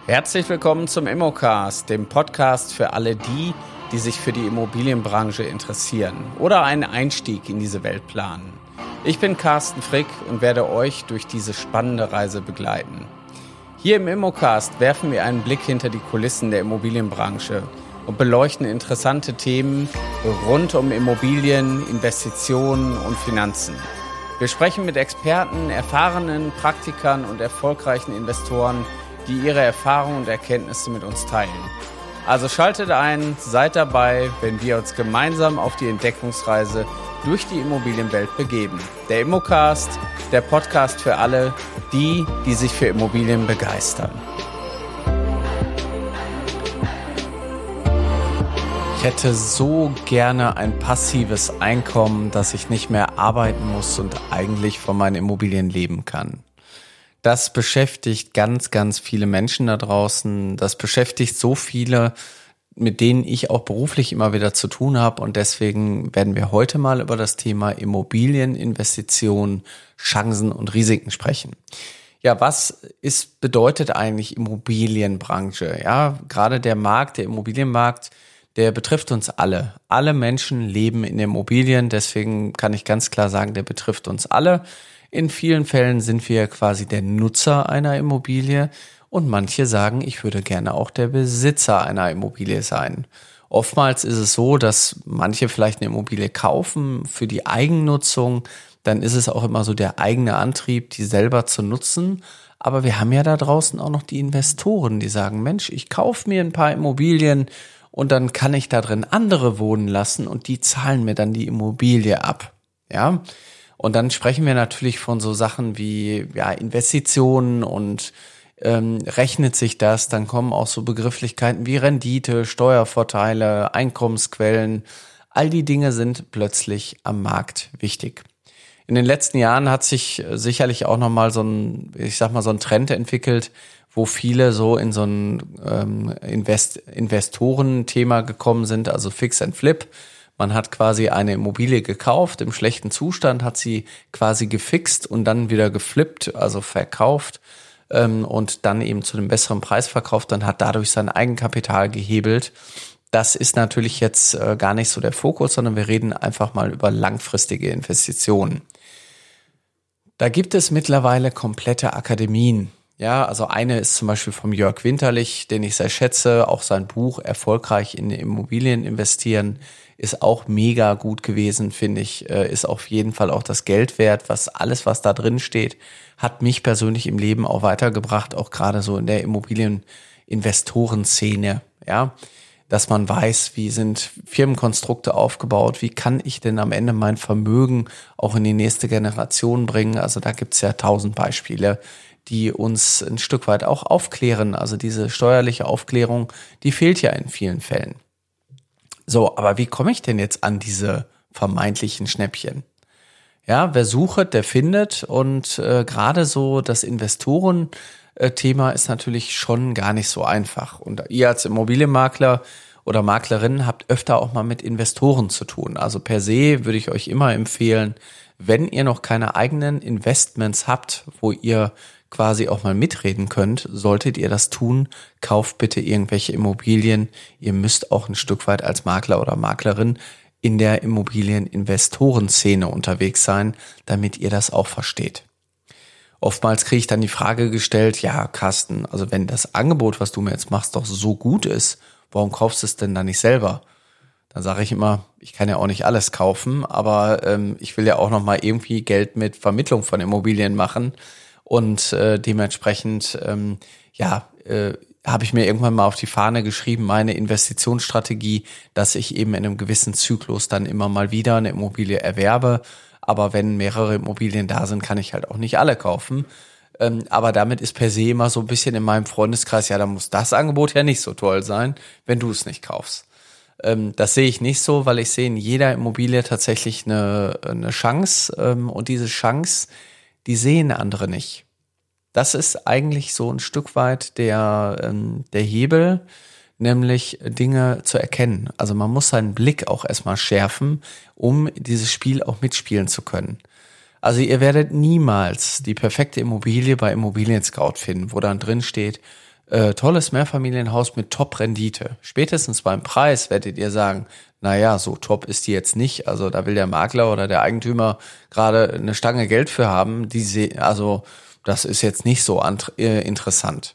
Herzlich willkommen zum Immocast, dem Podcast für alle die, die sich für die Immobilienbranche interessieren oder einen Einstieg in diese Welt planen. Ich bin Carsten Frick und werde euch durch diese spannende Reise begleiten. Hier im Immocast werfen wir einen Blick hinter die Kulissen der Immobilienbranche und beleuchten interessante Themen rund um Immobilien, Investitionen und Finanzen. Wir sprechen mit Experten, erfahrenen Praktikern und erfolgreichen Investoren, die ihre Erfahrungen und Erkenntnisse mit uns teilen. Also schaltet ein, seid dabei, wenn wir uns gemeinsam auf die Entdeckungsreise durch die Immobilienwelt begeben. Der Immocast, der Podcast für alle, die sich für Immobilien begeistern. Ich hätte so gerne ein passives Einkommen, dass ich nicht mehr arbeiten muss und eigentlich von meinen Immobilien leben kann. Das beschäftigt ganz, ganz viele Menschen da draußen. Das beschäftigt so viele, mit denen ich auch beruflich immer wieder zu tun habe. Und deswegen werden wir heute mal über das Thema Immobilieninvestitionen, Chancen und Risiken sprechen. Ja, bedeutet eigentlich Immobilienbranche? Ja, gerade der Immobilienmarkt, der betrifft uns alle. Alle Menschen leben in Immobilien. Deswegen kann ich ganz klar sagen, der betrifft uns alle. In vielen Fällen sind wir quasi der Nutzer einer Immobilie und manche sagen, ich würde gerne auch der Besitzer einer Immobilie sein. Oftmals ist es so, dass manche vielleicht eine Immobilie kaufen für die Eigennutzung. Dann ist es auch immer so der eigene Antrieb, die selber zu nutzen. Aber wir haben ja da draußen auch noch die Investoren, die sagen, Mensch, ich kaufe mir ein paar Immobilien und dann kann ich da drin andere wohnen lassen und die zahlen mir dann die Immobilie ab. Ja. Und dann sprechen wir natürlich von so Sachen wie Investitionen und rechnet sich das, dann kommen auch so Begrifflichkeiten wie Rendite, Steuervorteile, Einkommensquellen. All die Dinge sind plötzlich am Markt wichtig. In den letzten Jahren hat sich sicherlich auch nochmal so ein Trend entwickelt, wo viele so in so ein Investoren-Thema gekommen sind, also Fix and Flip. Man hat quasi eine Immobilie gekauft, im schlechten Zustand, hat sie quasi gefixt und dann wieder geflippt, also verkauft und dann eben zu einem besseren Preis verkauft, dann hat dadurch sein Eigenkapital gehebelt. Das ist natürlich jetzt gar nicht so der Fokus, sondern wir reden einfach mal über langfristige Investitionen. Da gibt es mittlerweile komplette Akademien. Ja, also eine ist zum Beispiel vom Jörg Winterlich, den ich sehr schätze, auch sein Buch Erfolgreich in Immobilien investieren ist auch mega gut gewesen, finde ich, ist auf jeden Fall auch das Geld wert, was da drin steht, hat mich persönlich im Leben auch weitergebracht, auch gerade so in der Immobilieninvestorenszene, ja, dass man weiß, wie sind Firmenkonstrukte aufgebaut, wie kann ich denn am Ende mein Vermögen auch in die nächste Generation bringen, also da gibt's ja 1000 Beispiele, die uns ein Stück weit auch aufklären, also diese steuerliche Aufklärung, die fehlt ja in vielen Fällen. So, aber wie komme ich denn jetzt an diese vermeintlichen Schnäppchen? Ja, wer sucht, der findet und gerade so das Investoren-Thema ist natürlich schon gar nicht so einfach. Und ihr als Immobilienmakler oder Maklerin habt öfter auch mal mit Investoren zu tun. Also per se würde ich euch immer empfehlen, wenn ihr noch keine eigenen Investments habt, wo ihr quasi auch mal mitreden könnt, solltet ihr das tun, kauft bitte irgendwelche Immobilien. Ihr müsst auch ein Stück weit als Makler oder Maklerin in der Immobilieninvestorenszene unterwegs sein, damit ihr das auch versteht. Oftmals kriege ich dann die Frage gestellt, ja Carsten, also wenn das Angebot, was du mir jetzt machst, doch so gut ist, warum kaufst du es denn dann nicht selber? Dann sage ich immer, ich kann ja auch nicht alles kaufen, aber ich will ja auch noch mal irgendwie Geld mit Vermittlung von Immobilien machen. Und dementsprechend habe ich mir irgendwann mal auf die Fahne geschrieben, meine Investitionsstrategie, dass ich eben in einem gewissen Zyklus dann immer mal wieder eine Immobilie erwerbe. Aber wenn mehrere Immobilien da sind, kann ich halt auch nicht alle kaufen. Aber damit ist per se immer so ein bisschen in meinem Freundeskreis, ja, da muss das Angebot ja nicht so toll sein, wenn du es nicht kaufst. Das sehe ich nicht so, weil ich sehe in jeder Immobilie tatsächlich eine Chance und diese Chance, die sehen andere nicht. Das ist eigentlich so ein Stück weit der Hebel, nämlich Dinge zu erkennen. Also man muss seinen Blick auch erstmal schärfen, um dieses Spiel auch mitspielen zu können. Also ihr werdet niemals die perfekte Immobilie bei Immobilien Scout finden, wo dann drin steht, tolles Mehrfamilienhaus mit Top-Rendite. Spätestens beim Preis werdet ihr sagen, naja, so top ist die jetzt nicht. Also da will der Makler oder der Eigentümer gerade eine Stange Geld für haben. Also das ist jetzt nicht so interessant.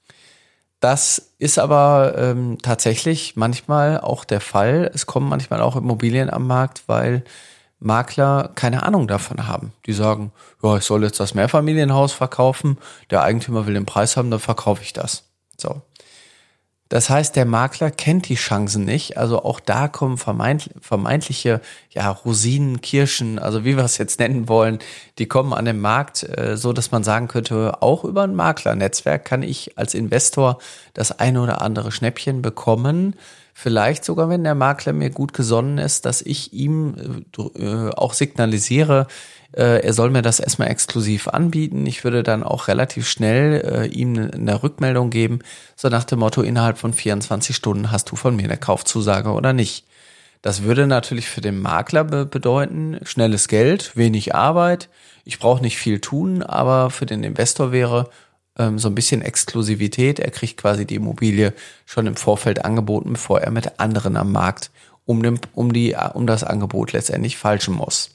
Das ist aber tatsächlich manchmal auch der Fall. Es kommen manchmal auch Immobilien am Markt, weil Makler keine Ahnung davon haben. Die sagen, ja, ich soll jetzt das Mehrfamilienhaus verkaufen, der Eigentümer will den Preis haben, dann verkaufe ich das. So. Das heißt, der Makler kennt die Chancen nicht. Also auch da kommen vermeintliche Rosinen, Kirschen, also wie wir es jetzt nennen wollen, die kommen an den Markt, so dass man sagen könnte, auch über ein Maklernetzwerk kann ich als Investor das eine oder andere Schnäppchen bekommen. Vielleicht sogar, wenn der Makler mir gut gesonnen ist, dass ich ihm auch signalisiere, er soll mir das erstmal exklusiv anbieten. Ich würde dann auch relativ schnell ihm eine Rückmeldung geben, so nach dem Motto, innerhalb von 24 Stunden hast du von mir eine Kaufzusage oder nicht. Das würde natürlich für den Makler bedeuten, schnelles Geld, wenig Arbeit. Ich brauche nicht viel tun, aber für den Investor wäre so ein bisschen Exklusivität. Er kriegt quasi die Immobilie schon im Vorfeld angeboten, bevor er mit anderen am Markt um das Angebot letztendlich falschen muss.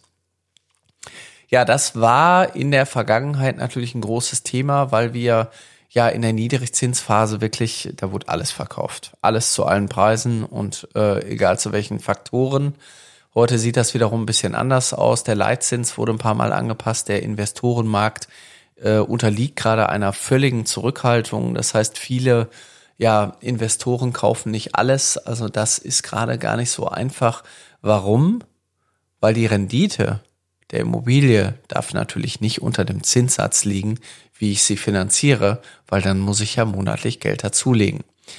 Ja, das war in der Vergangenheit natürlich ein großes Thema, weil wir ja in der Niedrigzinsphase wirklich, da wurde alles verkauft. Alles zu allen Preisen und egal zu welchen Faktoren. Heute sieht das wiederum ein bisschen anders aus. Der Leitzins wurde ein paar Mal angepasst. Der Investorenmarkt unterliegt gerade einer völligen Zurückhaltung. Das heißt, viele Investoren kaufen nicht alles. Also das ist gerade gar nicht so einfach. Warum? Weil die Rendite der Immobilie darf natürlich nicht unter dem Zinssatz liegen, wie ich sie finanziere, weil dann muss ich ja monatlich Geld dazulegen.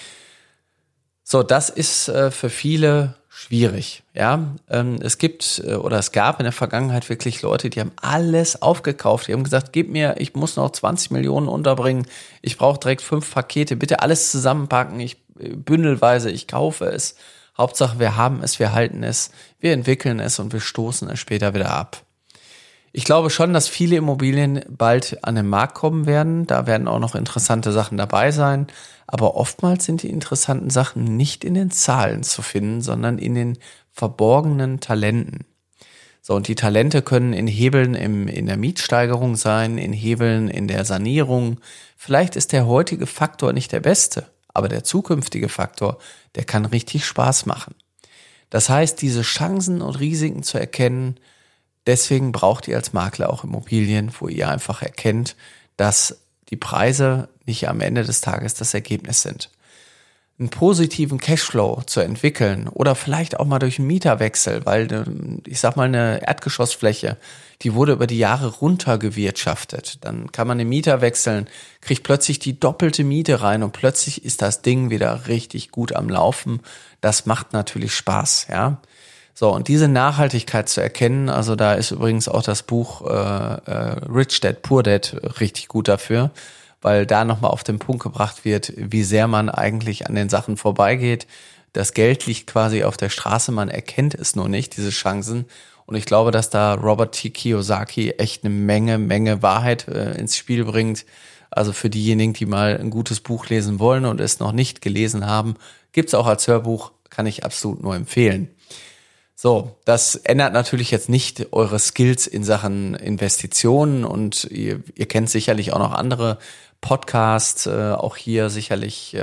So, das ist für viele schwierig. Ja, es gab in der Vergangenheit wirklich Leute, die haben alles aufgekauft. Die haben gesagt, gib mir, ich muss noch 20 Millionen unterbringen. Ich brauche direkt 5 Pakete. Bitte alles zusammenpacken. Bündelweise, ich kaufe es. Hauptsache, wir haben es, wir halten es, wir entwickeln es und wir stoßen es später wieder ab. Ich glaube schon, dass viele Immobilien bald an den Markt kommen werden. Da werden auch noch interessante Sachen dabei sein. Aber oftmals sind die interessanten Sachen nicht in den Zahlen zu finden, sondern in den verborgenen Talenten. So, und die Talente können in Hebeln in der Mietsteigerung sein, in Hebeln in der Sanierung. Vielleicht ist der heutige Faktor nicht der beste, aber der zukünftige Faktor, der kann richtig Spaß machen. Das heißt, diese Chancen und Risiken zu erkennen, deswegen braucht ihr als Makler auch Immobilien, wo ihr einfach erkennt, dass die Preise nicht am Ende des Tages das Ergebnis sind. Einen positiven Cashflow zu entwickeln oder vielleicht auch mal durch einen Mieterwechsel, weil ich sag mal eine Erdgeschossfläche, die wurde über die Jahre runtergewirtschaftet. Dann kann man den Mieter wechseln, kriegt plötzlich die doppelte Miete rein und plötzlich ist das Ding wieder richtig gut am Laufen. Das macht natürlich Spaß, ja. So, und diese Nachhaltigkeit zu erkennen, also da ist übrigens auch das Buch Rich Dad, Poor Dad richtig gut dafür, weil da nochmal auf den Punkt gebracht wird, wie sehr man eigentlich an den Sachen vorbeigeht. Das Geld liegt quasi auf der Straße, man erkennt es nur nicht, diese Chancen. Und ich glaube, dass da Robert T. Kiyosaki echt eine Menge Wahrheit ins Spiel bringt. Also für diejenigen, die mal ein gutes Buch lesen wollen und es noch nicht gelesen haben, gibt's auch als Hörbuch, kann ich absolut nur empfehlen. So, das ändert natürlich jetzt nicht eure Skills in Sachen Investitionen und ihr kennt sicherlich auch noch andere Podcasts, auch hier sicherlich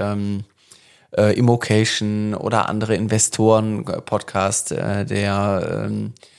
Immocation oder andere Investoren-Podcast, der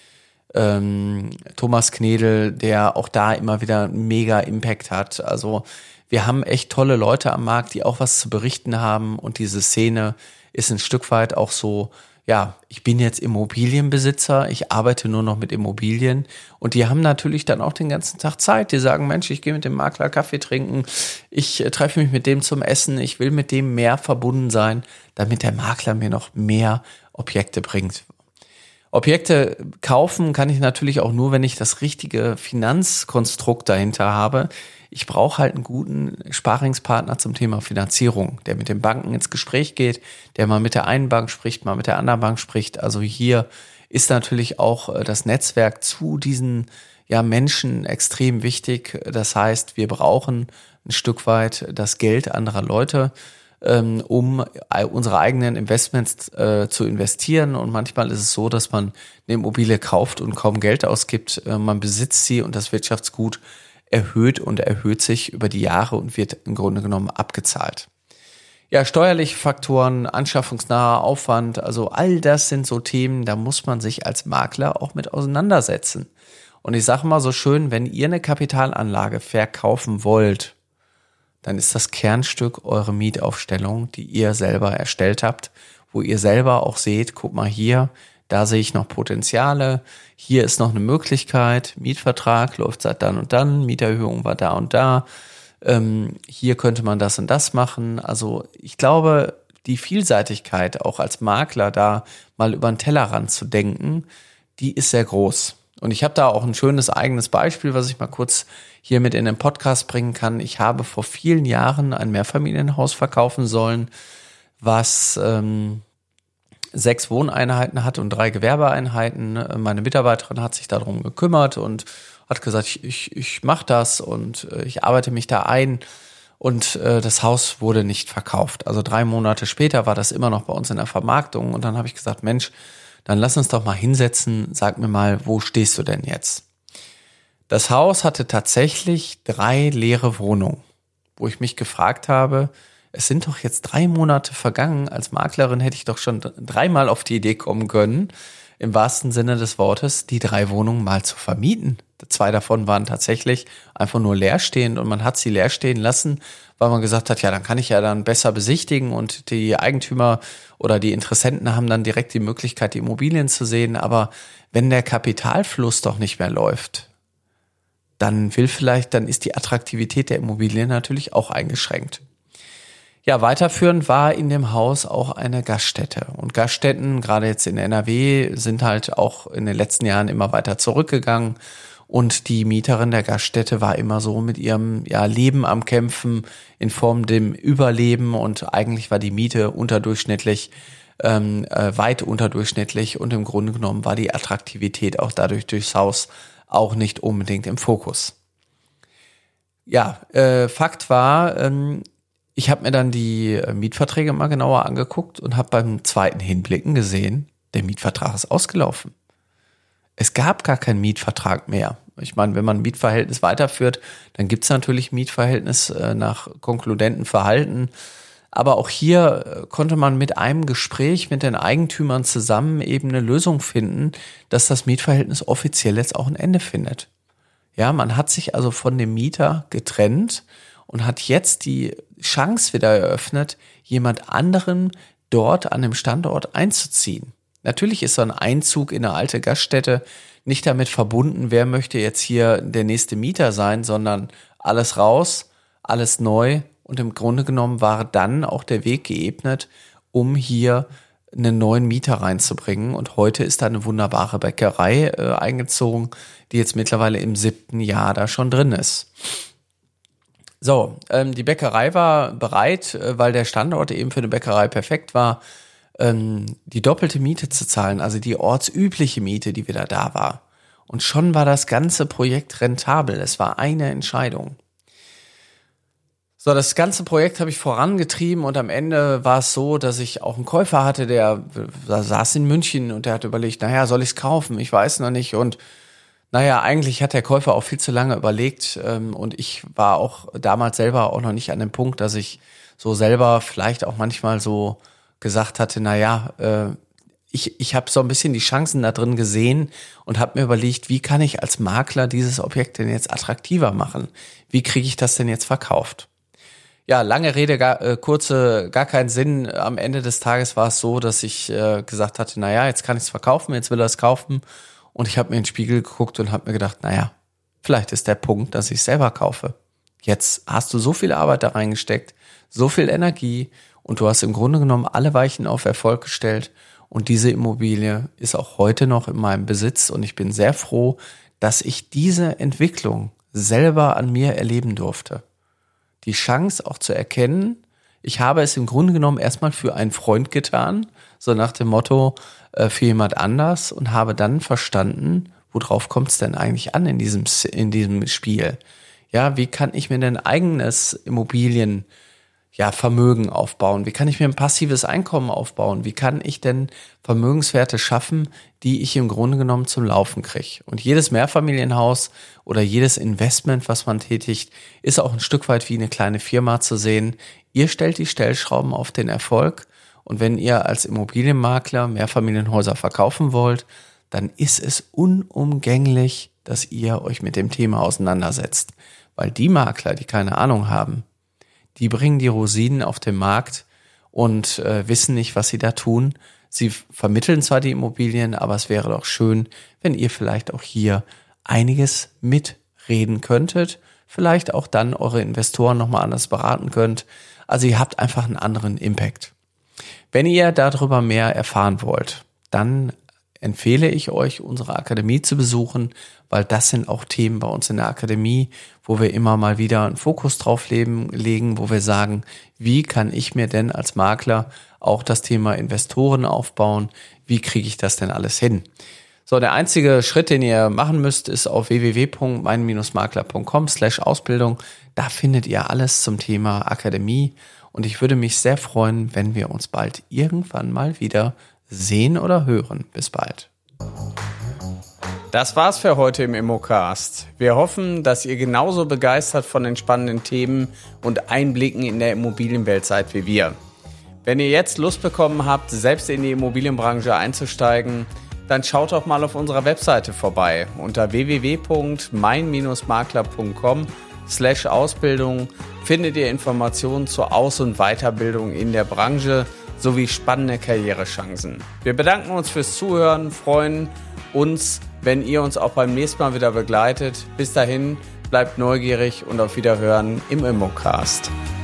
Thomas Knedel, der auch da immer wieder mega Impact hat. Also wir haben echt tolle Leute am Markt, die auch was zu berichten haben und diese Szene ist ein Stück weit auch so, ja, ich bin jetzt Immobilienbesitzer, ich arbeite nur noch mit Immobilien und die haben natürlich dann auch den ganzen Tag Zeit. Die sagen, Mensch, ich gehe mit dem Makler Kaffee trinken, ich treffe mich mit dem zum Essen, ich will mit dem mehr verbunden sein, damit der Makler mir noch mehr Objekte bringt. Objekte kaufen kann ich natürlich auch nur, wenn ich das richtige Finanzkonstrukt dahinter habe. Ich brauche halt einen guten Sparingspartner zum Thema Finanzierung, der mit den Banken ins Gespräch geht, der mal mit der einen Bank spricht, mal mit der anderen Bank spricht. Also hier ist natürlich auch das Netzwerk zu diesen Menschen extrem wichtig. Das heißt, wir brauchen ein Stück weit das Geld anderer Leute, um unsere eigenen Investments zu investieren. Und manchmal ist es so, dass man eine Immobilie kauft und kaum Geld ausgibt. Man besitzt sie und das Wirtschaftsgut erhöht sich über die Jahre und wird im Grunde genommen abgezahlt. Ja, steuerliche Faktoren, anschaffungsnaher Aufwand, also all das sind so Themen, da muss man sich als Makler auch mit auseinandersetzen. Und ich sage mal so schön, wenn ihr eine Kapitalanlage verkaufen wollt, dann ist das Kernstück eure Mietaufstellung, die ihr selber erstellt habt, wo ihr selber auch seht, guck mal hier, da sehe ich noch Potenziale, hier ist noch eine Möglichkeit, Mietvertrag läuft seit dann und dann, Mieterhöhung war da und da, hier könnte man das und das machen. Also ich glaube, die Vielseitigkeit auch als Makler da mal über den Tellerrand zu denken, die ist sehr groß. Und ich habe da auch ein schönes eigenes Beispiel, was ich mal kurz hier mit in den Podcast bringen kann. Ich habe vor vielen Jahren ein Mehrfamilienhaus verkaufen sollen, was 6 Wohneinheiten hat und 3 Gewerbeeinheiten. Meine Mitarbeiterin hat sich darum gekümmert und hat gesagt, ich mache das und ich arbeite mich da ein. Und das Haus wurde nicht verkauft. Also 3 Monate später war das immer noch bei uns in der Vermarktung. Und dann habe ich gesagt, Mensch, dann lass uns doch mal hinsetzen. Sag mir mal, wo stehst du denn jetzt? Das Haus hatte tatsächlich 3 leere Wohnungen, wo ich mich gefragt habe, es sind doch jetzt 3 Monate vergangen. Als Maklerin hätte ich doch schon 3-mal auf die Idee kommen können, im wahrsten Sinne des Wortes, die 3 Wohnungen mal zu vermieten. 2 davon waren tatsächlich einfach nur leerstehend und man hat sie leer stehen lassen, weil man gesagt hat, ja, dann kann ich ja dann besser besichtigen und die Eigentümer oder die Interessenten haben dann direkt die Möglichkeit, die Immobilien zu sehen. Aber wenn der Kapitalfluss doch nicht mehr läuft, dann ist die Attraktivität der Immobilien natürlich auch eingeschränkt. Ja, weiterführend war in dem Haus auch eine Gaststätte. Und Gaststätten, gerade jetzt in NRW, sind halt auch in den letzten Jahren immer weiter zurückgegangen. Und die Mieterin der Gaststätte war immer so mit ihrem Leben am Kämpfen in Form dem Überleben. Und eigentlich war die Miete unterdurchschnittlich, weit unterdurchschnittlich. Und im Grunde genommen war die Attraktivität auch dadurch durchs Haus auch nicht unbedingt im Fokus. Ja, Fakt war, ich habe mir dann die Mietverträge mal genauer angeguckt und habe beim zweiten Hinblicken gesehen, der Mietvertrag ist ausgelaufen. Es gab gar keinen Mietvertrag mehr. Ich meine, wenn man ein Mietverhältnis weiterführt, dann gibt es natürlich Mietverhältnis nach konkludenten Verhalten. Aber auch hier konnte man mit einem Gespräch mit den Eigentümern zusammen eben eine Lösung finden, dass das Mietverhältnis offiziell jetzt auch ein Ende findet. Ja, man hat sich also von dem Mieter getrennt und hat jetzt die Chance wieder eröffnet, jemand anderen dort an dem Standort einzuziehen. Natürlich ist so ein Einzug in eine alte Gaststätte nicht damit verbunden, wer möchte jetzt hier der nächste Mieter sein, sondern alles raus, alles neu und im Grunde genommen war dann auch der Weg geebnet, um hier einen neuen Mieter reinzubringen. Und heute ist da eine wunderbare Bäckerei eingezogen, die jetzt mittlerweile im 7. Jahr da schon drin ist. So, die Bäckerei war bereit, weil der Standort eben für eine Bäckerei perfekt war, die doppelte Miete zu zahlen, also die ortsübliche Miete, die wieder da war. Und schon war das ganze Projekt rentabel. Es war eine Entscheidung. So, das ganze Projekt habe ich vorangetrieben und am Ende war es so, dass ich auch einen Käufer hatte, der saß in München und der hat überlegt, naja, soll ich es kaufen? Ich weiß noch nicht. Und naja, eigentlich hat der Käufer auch viel zu lange überlegt und ich war auch damals selber auch noch nicht an dem Punkt, dass ich so selber vielleicht auch manchmal so gesagt hatte, naja, ich habe so ein bisschen die Chancen da drin gesehen und habe mir überlegt, wie kann ich als Makler dieses Objekt denn jetzt attraktiver machen? Wie kriege ich das denn jetzt verkauft? Ja, lange Rede, gar keinen Sinn. Am Ende des Tages war es so, dass ich gesagt hatte, naja, jetzt kann ich es verkaufen, jetzt will er es kaufen. Und ich habe mir in den Spiegel geguckt und habe mir gedacht, naja, vielleicht ist der Punkt, dass ich es selber kaufe. Jetzt hast du so viel Arbeit da reingesteckt, so viel Energie und du hast im Grunde genommen alle Weichen auf Erfolg gestellt. Und diese Immobilie ist auch heute noch in meinem Besitz und ich bin sehr froh, dass ich diese Entwicklung selber an mir erleben durfte. Die Chance auch zu erkennen, ich habe es im Grunde genommen erstmal für einen Freund getan, so nach dem Motto für jemand anders und habe dann verstanden, worauf kommt es denn eigentlich an in diesem Spiel? Ja, wie kann ich mir denn eigenes Vermögen aufbauen? Wie kann ich mir ein passives Einkommen aufbauen? Wie kann ich denn Vermögenswerte schaffen, die ich im Grunde genommen zum Laufen kriege? Und jedes Mehrfamilienhaus oder jedes Investment, was man tätigt, ist auch ein Stück weit wie eine kleine Firma zu sehen. Ihr stellt die Stellschrauben auf den Erfolg. Und wenn ihr als Immobilienmakler Mehrfamilienhäuser verkaufen wollt, dann ist es unumgänglich, dass ihr euch mit dem Thema auseinandersetzt. Weil die Makler, die keine Ahnung haben, die bringen die Rosinen auf den Markt und wissen nicht, was sie da tun. Sie vermitteln zwar die Immobilien, aber es wäre doch schön, wenn ihr vielleicht auch hier einiges mitreden könntet. Vielleicht auch dann eure Investoren nochmal anders beraten könnt. Also ihr habt einfach einen anderen Impact. Wenn ihr darüber mehr erfahren wollt, dann empfehle ich euch, unsere Akademie zu besuchen, weil das sind auch Themen bei uns in der Akademie, wo wir immer mal wieder einen Fokus drauf legen, wo wir sagen, wie kann ich mir denn als Makler auch das Thema Investoren aufbauen? Wie kriege ich das denn alles hin? So, der einzige Schritt, den ihr machen müsst, ist auf www.mein-makler.com/Ausbildung. Da findet ihr alles zum Thema Akademie. Und ich würde mich sehr freuen, wenn wir uns bald irgendwann mal wieder sehen oder hören. Bis bald. Das war's für heute im Immocast. Wir hoffen, dass ihr genauso begeistert von den spannenden Themen und Einblicken in der Immobilienwelt seid wie wir. Wenn ihr jetzt Lust bekommen habt, selbst in die Immobilienbranche einzusteigen, dann schaut doch mal auf unserer Webseite vorbei. Unter www.mein-makler.com/Ausbildung findet ihr Informationen zur Aus- und Weiterbildung in der Branche sowie spannende Karrierechancen. Wir bedanken uns fürs Zuhören, freuen uns, wenn ihr uns auch beim nächsten Mal wieder begleitet. Bis dahin, bleibt neugierig und auf Wiederhören im Immocast.